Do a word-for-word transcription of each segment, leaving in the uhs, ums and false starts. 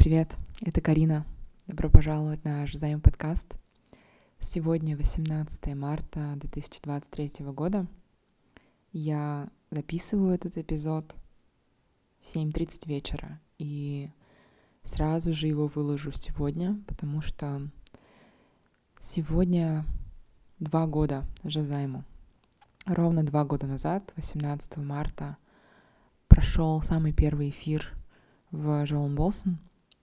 Привет, это Карина. Добро пожаловать на Жизайм подкаст. Сегодня восемнадцатое марта две тысячи двадцать третьего года. Я записываю этот эпизод в семь тридцать вечера и сразу же его выложу сегодня, потому что сегодня два года Жизайму. Ровно два года назад, восемнадцатого марта, прошел самый первый эфир в Жоан Болсон.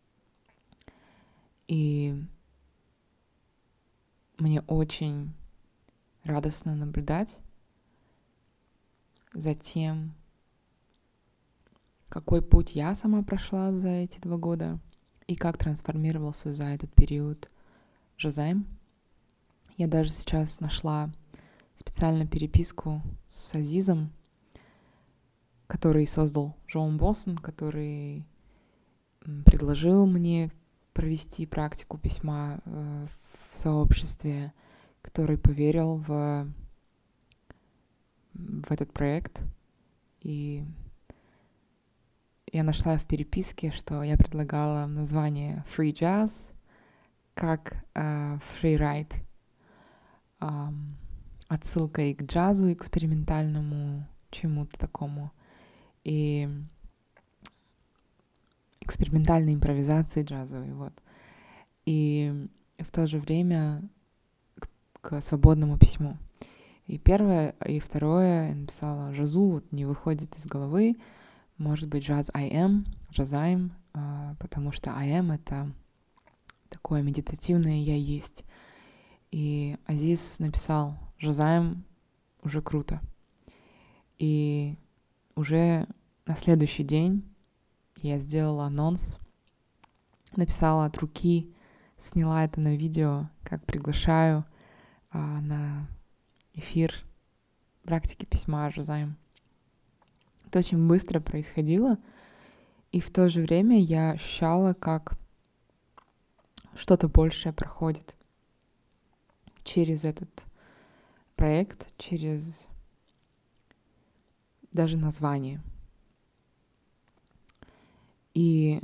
И мне очень радостно наблюдать за тем, какой путь я сама прошла за эти два года и как трансформировался за этот период Жизайм. Я даже сейчас нашла специально переписку с Азизом, который создал Жоан Болсон, который предложил мне провести практику письма в сообществе, который поверил в, в этот проект. И я нашла в переписке, что я предлагала название Free Jazz как uh, Free Ride, um, отсылкой к джазу экспериментальному, чему-то такому, и экспериментальной импровизации джазовой, вот. И в то же время к, к свободному письму. И первое, и второе я написала «Жазу» вот не выходит из головы. Может быть, «Jazz I am», «Жазайм», потому что I am — это такое медитативное «я есть». И Азиз написал «Жазайм» уже круто. И уже на следующий день я сделала анонс, написала от руки, сняла это на видео, как приглашаю а, на эфир практики письма Жизайм. Это очень быстро происходило, и в то же время я ощущала, как что-то большее проходит через этот проект, через даже название. И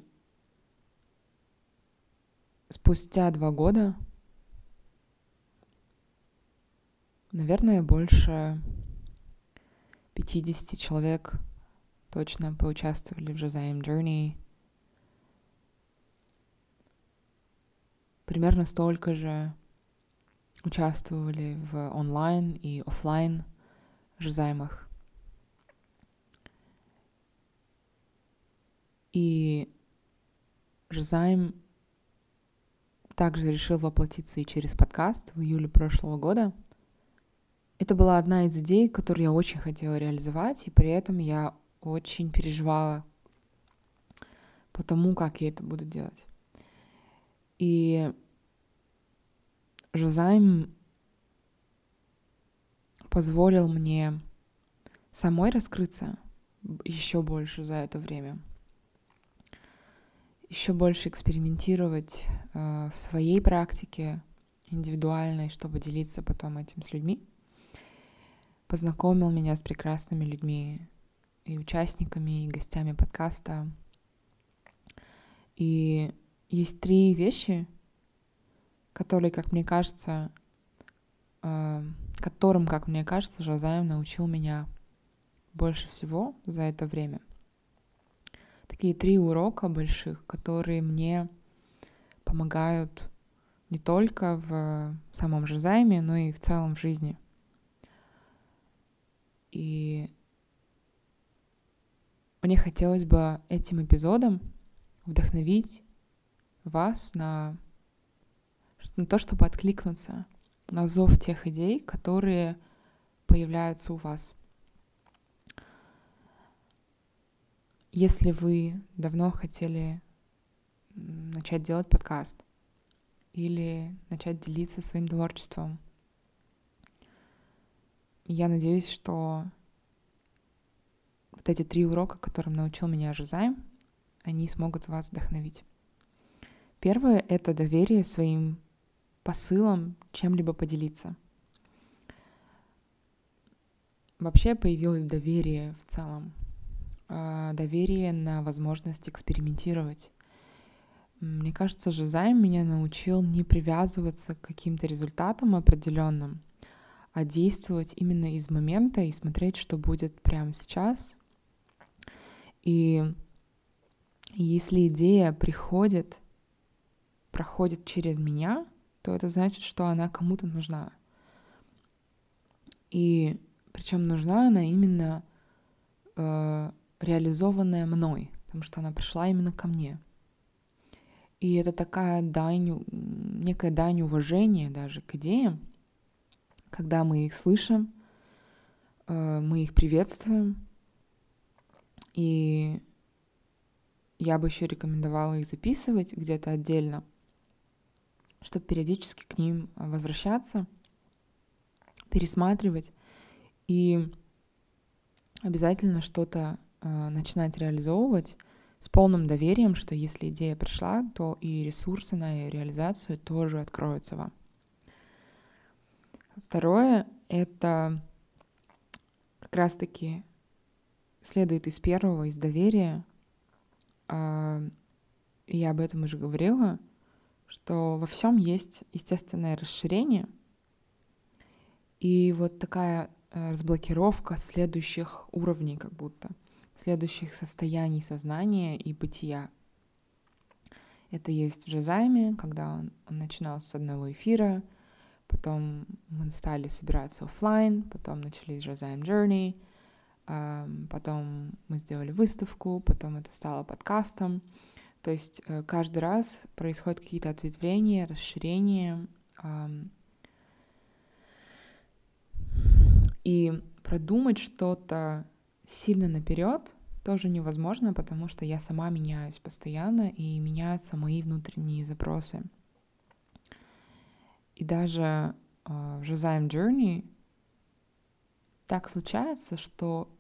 спустя два года, наверное, больше пятьдесят человек точно поучаствовали в Жизайм Journey. Примерно столько же участвовали в онлайн и офлайн Жизаймах. И Жизайм также решил воплотиться и через подкаст в июле прошлого года. Это была одна из идей, которую я очень хотела реализовать, и при этом я очень переживала по тому, как я это буду делать. И Жизайм позволил мне самой раскрыться еще больше за это время, еще больше экспериментировать э, в своей практике индивидуальной, чтобы делиться потом этим с людьми. Познакомил меня с прекрасными людьми и участниками, и гостями подкаста. И есть три вещи, которые, как мне кажется, э, которым, как мне кажется, Жизайм научил меня больше всего за это время. Такие три урока больших, которые мне помогают не только в самом Жизайме, но и в целом в жизни. И мне хотелось бы этим эпизодом вдохновить вас на, на то, чтобы откликнуться на зов тех идей, которые появляются у вас. Если вы давно хотели начать делать подкаст или начать делиться своим творчеством, я надеюсь, что вот эти три урока, которым научил меня Жизайм, они смогут вас вдохновить. Первое — это доверие своим посылам чем-либо поделиться. Вообще появилось доверие в целом, доверие на возможность экспериментировать, мне кажется, Жизайм меня научил не привязываться к каким-то результатам определенным, а действовать именно из момента и смотреть, что будет прямо сейчас. И если идея приходит, проходит через меня, то это значит, что она кому-то нужна. И причем нужна она именно э, реализованная мной, потому что она пришла именно ко мне. И это такая дань, некая дань уважения даже к идеям, когда мы их слышим, э, мы их приветствуем. И я бы еще рекомендовала их записывать где-то отдельно, чтобы периодически к ним возвращаться, пересматривать и обязательно что-то э, начинать реализовывать с полным доверием, что если идея пришла, то и ресурсы на ее реализацию тоже откроются вам. Второе — это как раз-таки следует из первого, из доверия. Э, я об этом уже говорила, что во всем есть естественное расширение. И вот такая разблокировка следующих уровней, как будто, следующих состояний сознания и бытия. Это есть в Жизайме, когда он, он начинался с одного эфира, потом мы стали собираться офлайн, потом начались Жизайм Journey, потом мы сделали выставку, потом это стало подкастом. То есть каждый раз происходят какие-то ответвления, расширения. И продумать что-то сильно наперед тоже невозможно, потому что я сама меняюсь постоянно, и меняются мои внутренние запросы. И даже э, в Жизайм Journey так случается, что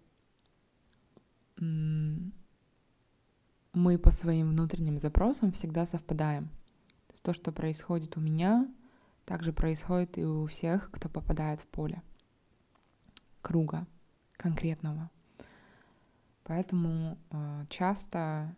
м- мы по своим внутренним запросам всегда совпадаем. То есть то, что происходит у меня, также происходит и у всех, кто попадает в поле круга конкретного. Поэтому э, часто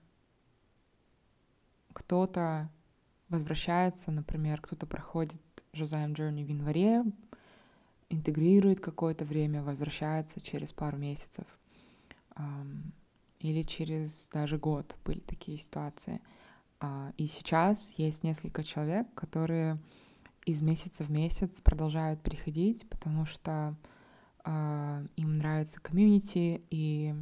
кто-то возвращается, например, кто-то проходит Жизайм Journey в январе, интегрирует какое-то время, возвращается через пару месяцев. Эм, или через даже год были такие ситуации. А, и сейчас есть несколько человек, которые из месяца в месяц продолжают приходить, потому что э, им нравится комьюнити, и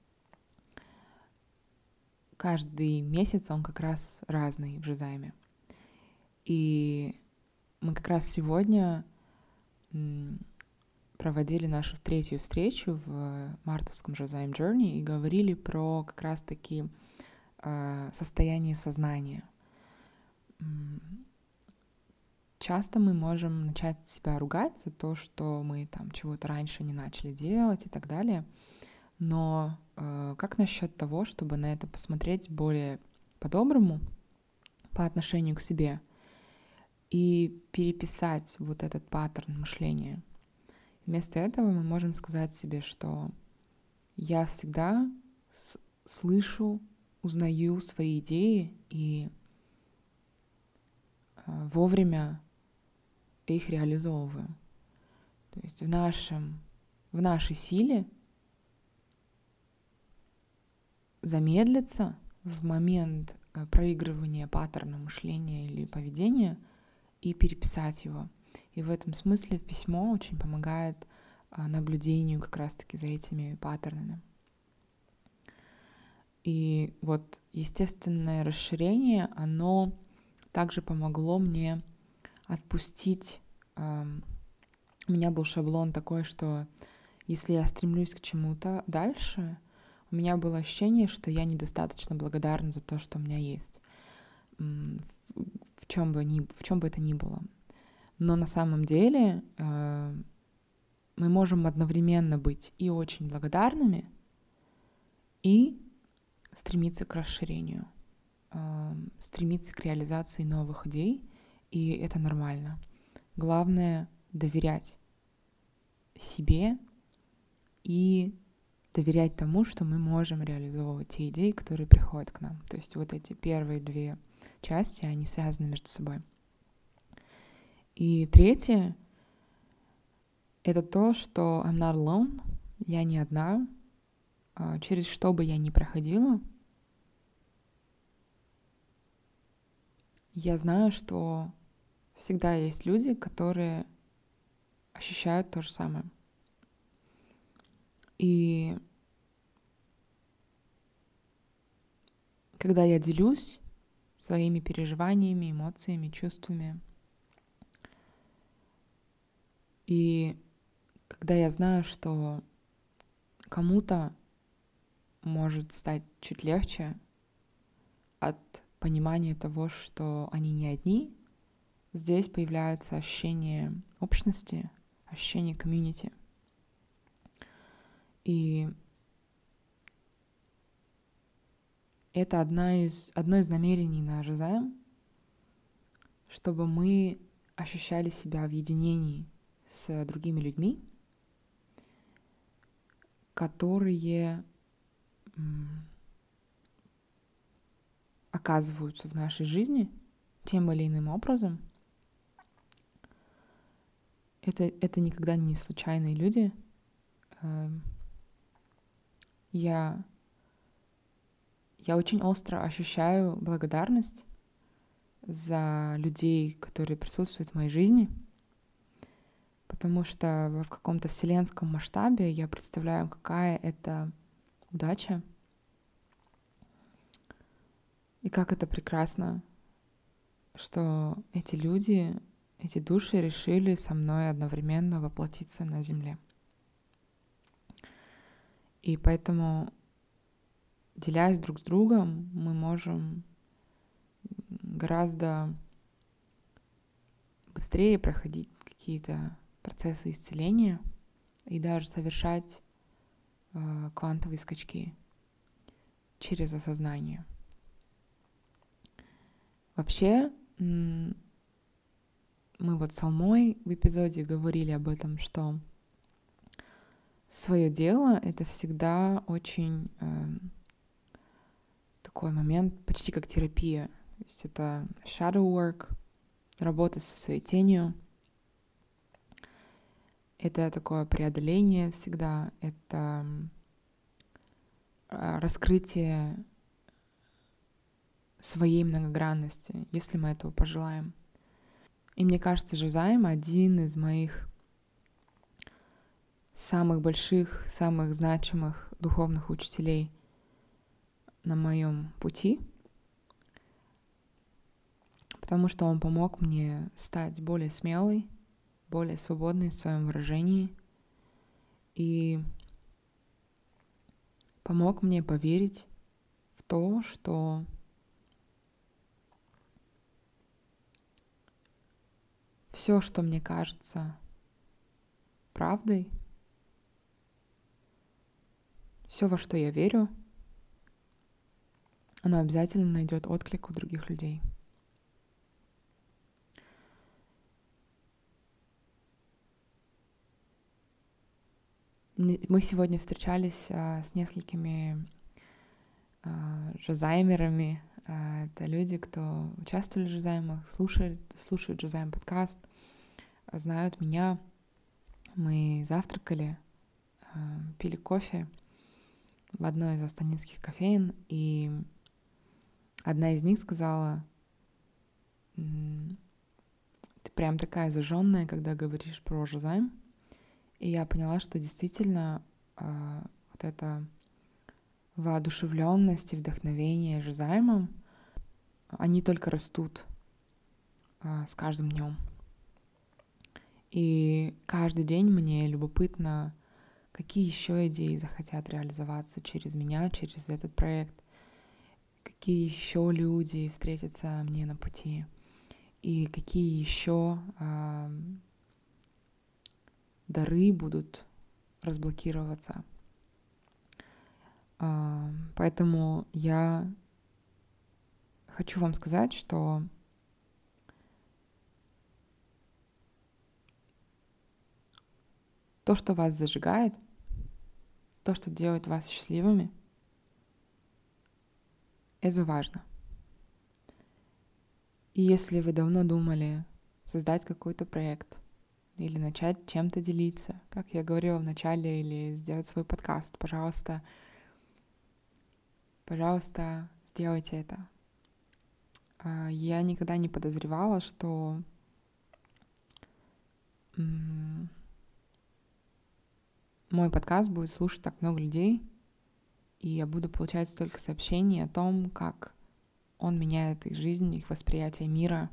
каждый месяц он как раз разный в Жизайме. И мы как раз сегодня проводили нашу третью встречу в мартовском Жизайм Journey и говорили про как раз-таки э, состояние сознания. Часто мы можем начать себя ругать за то, что мы там чего-то раньше не начали делать и так далее. Но э, как насчет того, чтобы на это посмотреть более по-доброму по отношению к себе и переписать вот этот паттерн мышления? Вместо этого мы можем сказать себе, что я всегда с- слышу, узнаю свои идеи и э, вовремя их реализовываю. То есть в, нашем, в нашей силе замедлиться в момент проигрывания паттерна мышления или поведения и переписать его. И в этом смысле письмо очень помогает наблюдению как раз-таки за этими паттернами. И вот естественное расширение, оно также помогло мне отпустить. У меня был шаблон такой, что если я стремлюсь к чему-то дальше, у меня было ощущение, что я недостаточно благодарна за то, что у меня есть, в чем бы, ни, в чем бы это ни было. Но на самом деле э, мы можем одновременно быть и очень благодарными, и стремиться к расширению, э, стремиться к реализации новых идей, и это нормально. Главное — доверять себе и доверять тому, что мы можем реализовывать те идеи, которые приходят к нам. То есть вот эти первые две части, они связаны между собой. И третье — это то, что I'm not alone, я не одна, через что бы я ни проходила, я знаю, что всегда есть люди, которые ощущают то же самое. И когда я делюсь своими переживаниями, эмоциями, чувствами, и когда я знаю, что кому-то может стать чуть легче от понимания того, что они не одни, здесь появляется ощущение общности, ощущение комьюнити. И это одна из, одно из намерений на Жизаем, чтобы мы ощущали себя в единении с другими людьми, которые м, оказываются в нашей жизни тем или иным образом. Это, это никогда не случайные люди. Я, я очень остро ощущаю благодарность за людей, которые присутствуют в моей жизни, потому что в каком-то вселенском масштабе я представляю, какая это удача и как это прекрасно, что эти люди, эти души решили со мной одновременно воплотиться на Земле. И поэтому, делясь друг с другом, мы можем гораздо быстрее проходить какие-то процессы исцеления и даже совершать э, квантовые скачки через осознание. Вообще, мы вот с Алмой в эпизоде говорили об этом, что свое дело — это всегда очень э, такой момент, почти как терапия. То есть это shadow work, работа со своей тенью. Это такое преодоление всегда, это раскрытие своей многогранности, если мы этого пожелаем. И мне кажется, Жизаем — один из моих самых больших, самых значимых духовных учителей на моем пути, потому что он помог мне стать более смелой, более свободной в своем выражении и помог мне поверить в то, что все, что мне кажется правдой, все, во что я верю, оно обязательно найдет отклик у других людей. Мы сегодня встречались а, с несколькими а, жизаймерами. А, это люди, кто участвовали в жизаймах, слушают, слушают жизайм подкаст, знают меня. Мы завтракали, а, пили кофе в одной из астанинских кофеен, и одна из них сказала: ты прям такая зажженная, когда говоришь про жизайм. И я поняла, что действительно э, вот эта воодушевленность и вдохновение жизаймом, они только растут э, с каждым днем. И каждый день мне любопытно, какие еще идеи захотят реализоваться через меня, через этот проект, какие еще люди встретятся мне на пути, и какие еще э, дары будут разблокироваться. Поэтому я хочу вам сказать, что то, что вас зажигает, то, что делает вас счастливыми, это важно. И если вы давно думали создать какой-то проект или начать чем-то делиться, как я говорила в начале, или сделать свой подкаст, пожалуйста, пожалуйста, сделайте это. Я никогда не подозревала, что мой подкаст будет слушать так много людей, и я буду получать столько сообщений о том, как он меняет их жизнь, их восприятие мира.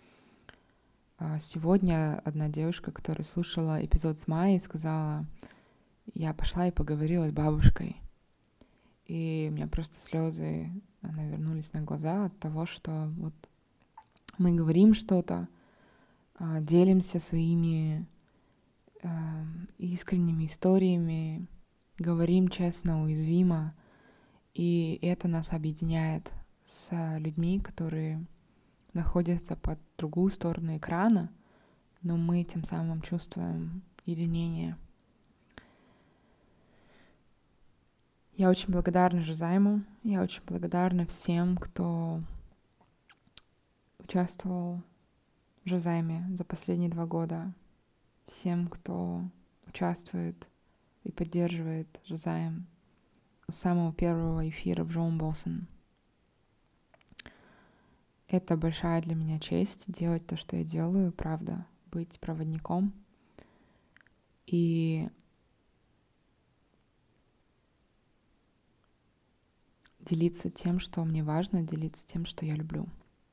Сегодня одна девушка, которая слушала эпизод с Майей, сказала: я пошла и поговорила с бабушкой. И у меня просто слезы навернулись на глаза от того, что вот мы говорим что-то, делимся своими искренними историями, говорим честно, уязвимо, и это нас объединяет с людьми, которые находятся по другую сторону экрана, но мы тем самым чувствуем единение. Я очень благодарна Жизайму, я очень благодарна всем, кто участвовал в Жизайме за последние два года, всем, кто участвует и поддерживает Жизайм с самого первого эфира в Джон Болсон. Это большая для меня честь делать то, что я делаю, правда, быть проводником. И делиться тем, что мне важно, делиться тем, что я люблю.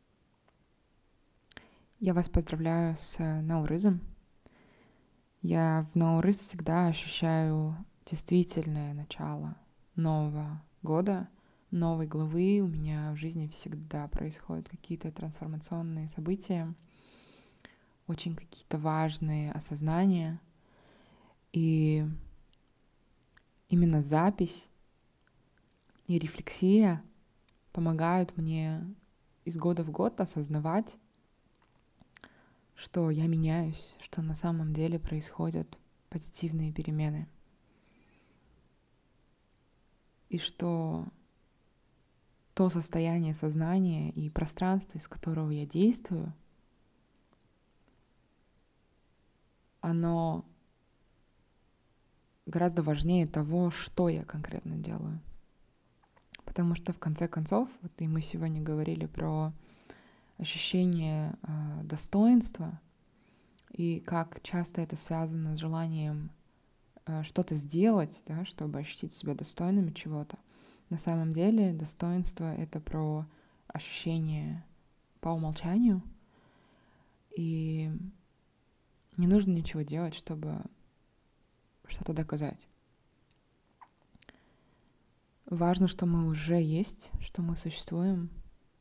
Я вас поздравляю с Наурызом. Я в Наурыз всегда ощущаю действительное начало нового года, новой главы. У меня в жизни всегда происходят какие-то трансформационные события, очень какие-то важные осознания. И именно запись и рефлексия помогают мне из года в год осознавать, что я меняюсь, что на самом деле происходят позитивные перемены. И что то состояние сознания и пространство, из которого я действую, оно гораздо важнее того, что я конкретно делаю. Потому что в конце концов, вот и мы сегодня говорили про ощущение э, достоинства и как часто это связано с желанием э, что-то сделать, да, чтобы ощутить себя достойными чего-то. На самом деле достоинство — это про ощущение по умолчанию, и не нужно ничего делать, чтобы что-то доказать. Важно, что мы уже есть, что мы существуем,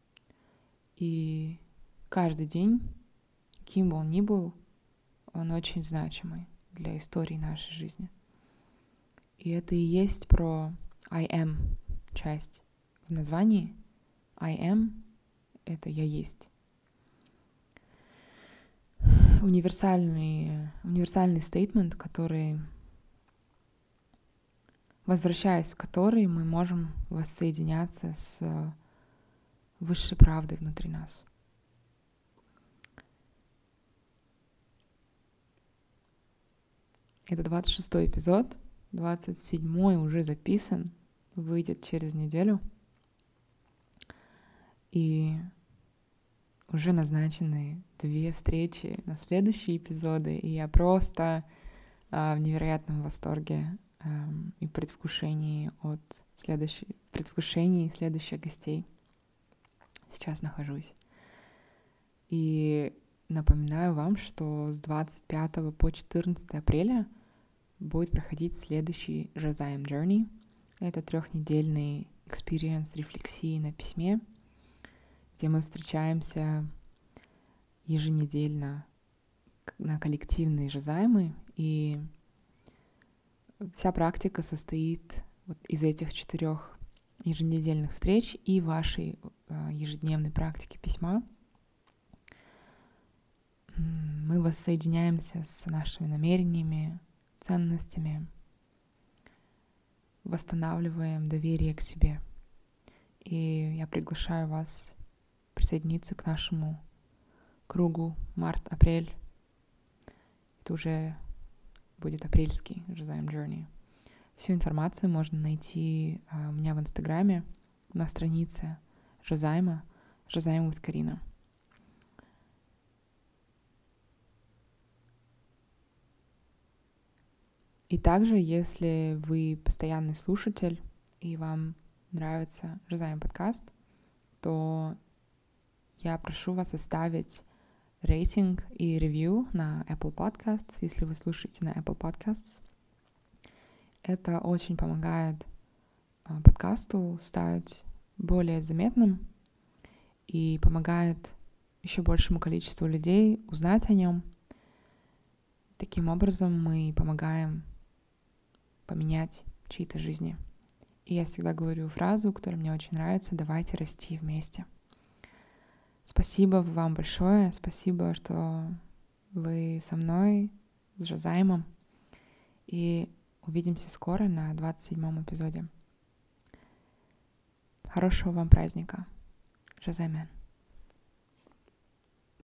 и каждый день, кем бы он ни был, он очень значимый для истории нашей жизни. И это и есть про I am часть в названии. I am — это я есть. Универсальный, универсальный стейтмент, который, возвращаясь в который, мы можем воссоединяться с высшей правдой внутри нас. Это двадцать шестой эпизод, двадцать седьмой уже записан, выйдет через неделю. И уже назначены две встречи на следующие эпизоды, и я просто э, в невероятном восторге э, и предвкушении от следующей, предвкушении следующих гостей сейчас нахожусь. И напоминаю вам, что с двадцать пятого по четырнадцатое апреля будет проходить следующий Жизайм Journey. Это трехнедельный экспириенс рефлексии на письме, где мы встречаемся еженедельно на коллективные жизаймы, и вся практика состоит вот из этих четырех еженедельных встреч и вашей ежедневной практики письма. Мы воссоединяемся с нашими намерениями, ценностями, восстанавливаем доверие к себе. И я приглашаю вас присоединиться к нашему кругу март-апрель. Это уже будет апрельский Жазайм Journey. Всю информацию можно найти а, у меня в Инстаграме на странице Жазайма, Жазайм with Карина. И также, если вы постоянный слушатель и вам нравится Жазайм подкаст, то я прошу вас оставить рейтинг и ревью на Apple Podcasts, если вы слушаете на Apple Podcasts. Это очень помогает подкасту стать более заметным и помогает еще большему количеству людей узнать о нем. Таким образом мы помогаем поменять чьи-то жизни. И я всегда говорю фразу, которая мне очень нравится: давайте расти вместе. Спасибо вам большое, спасибо, что вы со мной, с Жазаймом, и увидимся скоро на двадцать седьмом эпизоде. Хорошего вам праздника. Жазаймен.